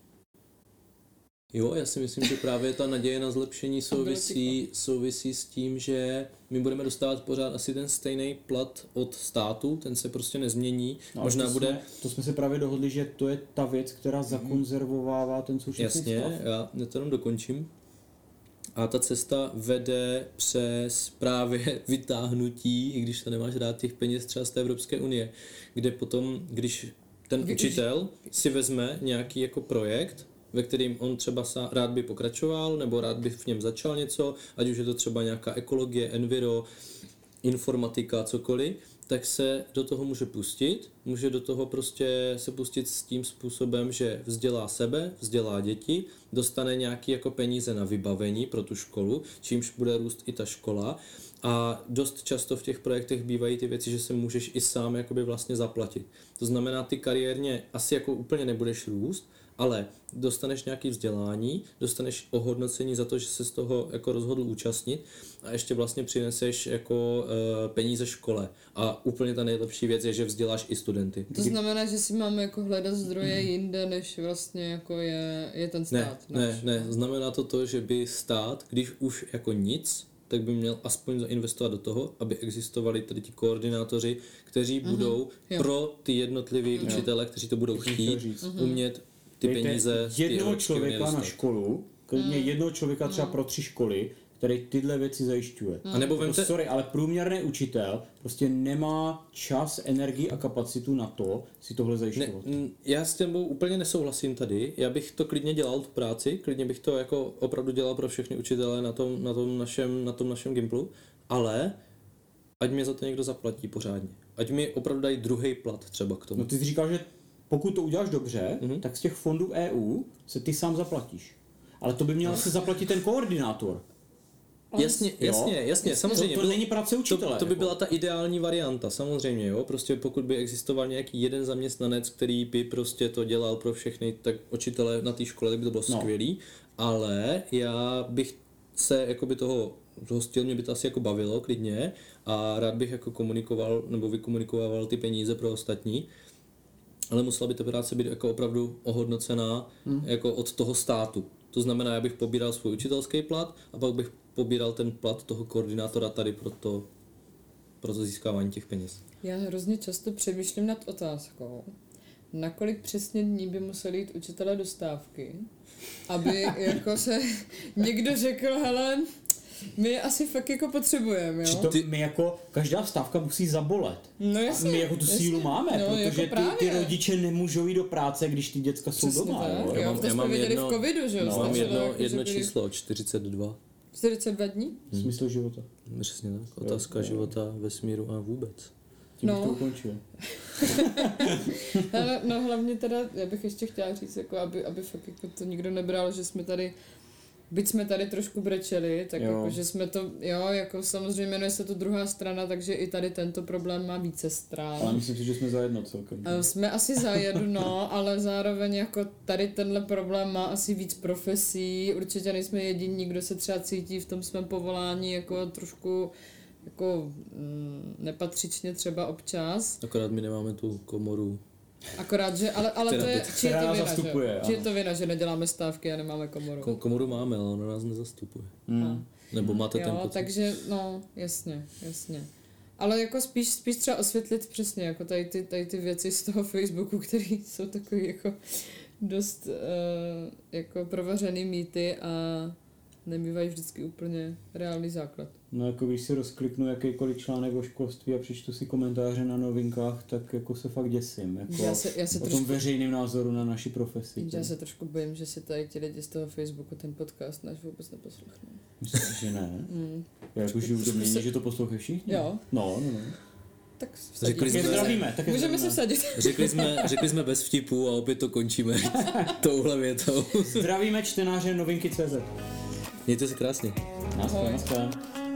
Jo, já si myslím, že právě ta naděje na zlepšení souvisí, souvisí s tím, že my budeme dostávat pořád asi ten stejný plat od státu, ten se prostě nezmění. No, Možná to bude... Jsme, to jsme se právě dohodli, že to je ta věc, která zakonzervovává ten současný Jasně, stav. já to jenom dokončím. A ta cesta vede přes právě vytáhnutí, i když to nemáš rád, těch peněz třeba z té Evropské unie, kde potom, když ten Využi- učitel si vezme nějaký jako projekt, ve kterým on třeba sa, rád by pokračoval, nebo rád by v něm začal něco, ať už je to třeba nějaká ekologie, enviro, informatika, cokoliv, tak se do toho může pustit, může do toho prostě se pustit s tím způsobem, že vzdělá sebe, vzdělá děti, dostane nějaké jako peníze na vybavení pro tu školu, čímž bude růst i ta škola. A dost často v těch projektech bývají ty věci, že se můžeš i sám jakoby vlastně zaplatit. To znamená, ty kariérně asi jako úplně nebudeš růst, ale dostaneš nějaké vzdělání, dostaneš ohodnocení za to, že se z toho jako rozhodl účastnit a ještě vlastně přineseš jako uh, peníze škole. A úplně ta nejlepší věc je, že vzděláš i studenty. To znamená, že si máme jako hledat zdroje jinde, než vlastně jako je, je ten stát. Ne, ne, ne, znamená to to, že by stát, když už jako nic, tak by měl aspoň zainvestovat do toho, aby existovali tady ti koordinátoři, kteří uh-huh. budou jo. pro ty jednotliví učitele, kteří to budou chtít, uh-huh. umět ty peníze z jednoho člověka na školu, klidně Mm. jednoho člověka třeba mm. pro tři školy, který tyhle věci zajišťuje. A nebo vemte... Sorry, ale průměrný učitel prostě nemá čas, energii a kapacitu na to si tohle zajišťovat. Ne, já s tebou úplně nesouhlasím tady. Já bych to klidně dělal tu práci, klidně bych to jako opravdu dělal pro všechny učitele na tom, na tom našem, na tom našem Gimplu, ale ať mě za to někdo zaplatí pořádně. Ať mi opravdu dají druhý plat třeba k tomu. No ty jsi říkal, že pokud to uděláš dobře, Mhm. tak z těch fondů E U se ty sám zaplatíš. Ale to by měl se zaplatit ten koordinátor. Jasně, jasně, jasně, samozřejmě. To, to není práce učitele. To, to by jako. byla ta ideální varianta, samozřejmě, jo. Prostě pokud by existoval nějaký jeden zaměstnanec, který by prostě to dělal pro všechny, tak učitele na té škole, tak by to bylo No. skvělý. Ale já bych se jakoby toho zhostil, mě by to asi jako bavilo klidně a rád bych jako komunikoval nebo vykomunikoval ty peníze pro ostatní. Ale musela by ta práce být jako opravdu ohodnocená hmm. jako od toho státu. To znamená, já bych pobíral svůj učitelský plat a pak bych pobíral ten plat toho koordinátora tady pro to, pro to získávání těch peněz. Já hrozně často přemýšlím nad otázkou, na kolik přesně dní by museli jít učitelé do stávky, aby jako se někdo řekl, hele, my je asi fakt jako potřebujeme, jo? To my jako, každá stávka musí zabolet. No jasně, A my jako tu jasně. sílu máme, No, protože jako ty, ty právě. rodiče nemůžou jít do práce, když ty děcka jsou Přesně doma. tak, Jo? jo, Já mám- to já jsme mám viděli jedno- v covidu, že jo? No, Mám stačilo jedno, jako, že jedno byli číslo, čtyřicet dva. čtyřicet dva dní? Smysl života. Přesně tak. Otázka jo. života, vesmíru a vůbec. Tím No. bych to ukončil. Ale no hlavně teda, já bych ještě chtěla říct, jako aby, aby fakt jako to nikdo nebral, že jsme tady, byť jsme tady trošku brečeli, tak Jo. jako, že jsme to, jo, jako samozřejmě jmenuje se to druhá strana, takže i tady tento problém má více stran. Ale myslím si, že jsme zajedno celkem. A jsme asi za jedno, ale zároveň jako tady tenhle problém má asi víc profesí, určitě nejsme jediní, kdo se třeba cítí v tom svém povolání jako trošku jako mm, nepatřičně třeba občas. Akorát my nemáme tu komoru. Akorát, že, ale, ale Která to je, by- či je to která vina, zastupuje, že? Či je ano. to vina, že neděláme stávky a nemáme komoru. Ko- komoru máme, ale ona nás nezastupuje. Hmm. Nebo máte ten Jo, pocit? takže, no, jasně, jasně. Ale jako spíš, spíš třeba osvětlit přesně, jako tady ty, tady ty věci z toho Facebooku, které jsou takový jako dost uh, jako provařený mýty a nemývají vždycky úplně reálný základ. No jako když si rozkliknu jakýkoliv článek o školství a přečtu si komentáře na novinkách, tak jako se fakt děsím. Jako Já se, já se o tom trošku, veřejném názoru na naši profesi. já se trošku bojím, že si tady ti lidi z toho Facebooku ten podcast náš vůbec neposlechnou. Myslím si, že ne. Mm. Já jako žiju v Trošku domění, se- že to poslouchají všichni. Jo. No, no, no. Tak Řekli Tak je jsme- zdravíme, tak je Můžeme se zdravíme. vsadit. Řekli jsme, řekli jsme bez vtipů a opět to končíme touhle větou. Zdravíme čtenáře novinky tečka cé zet. Mějte se krásně. Naschle, Ahoj. naschle.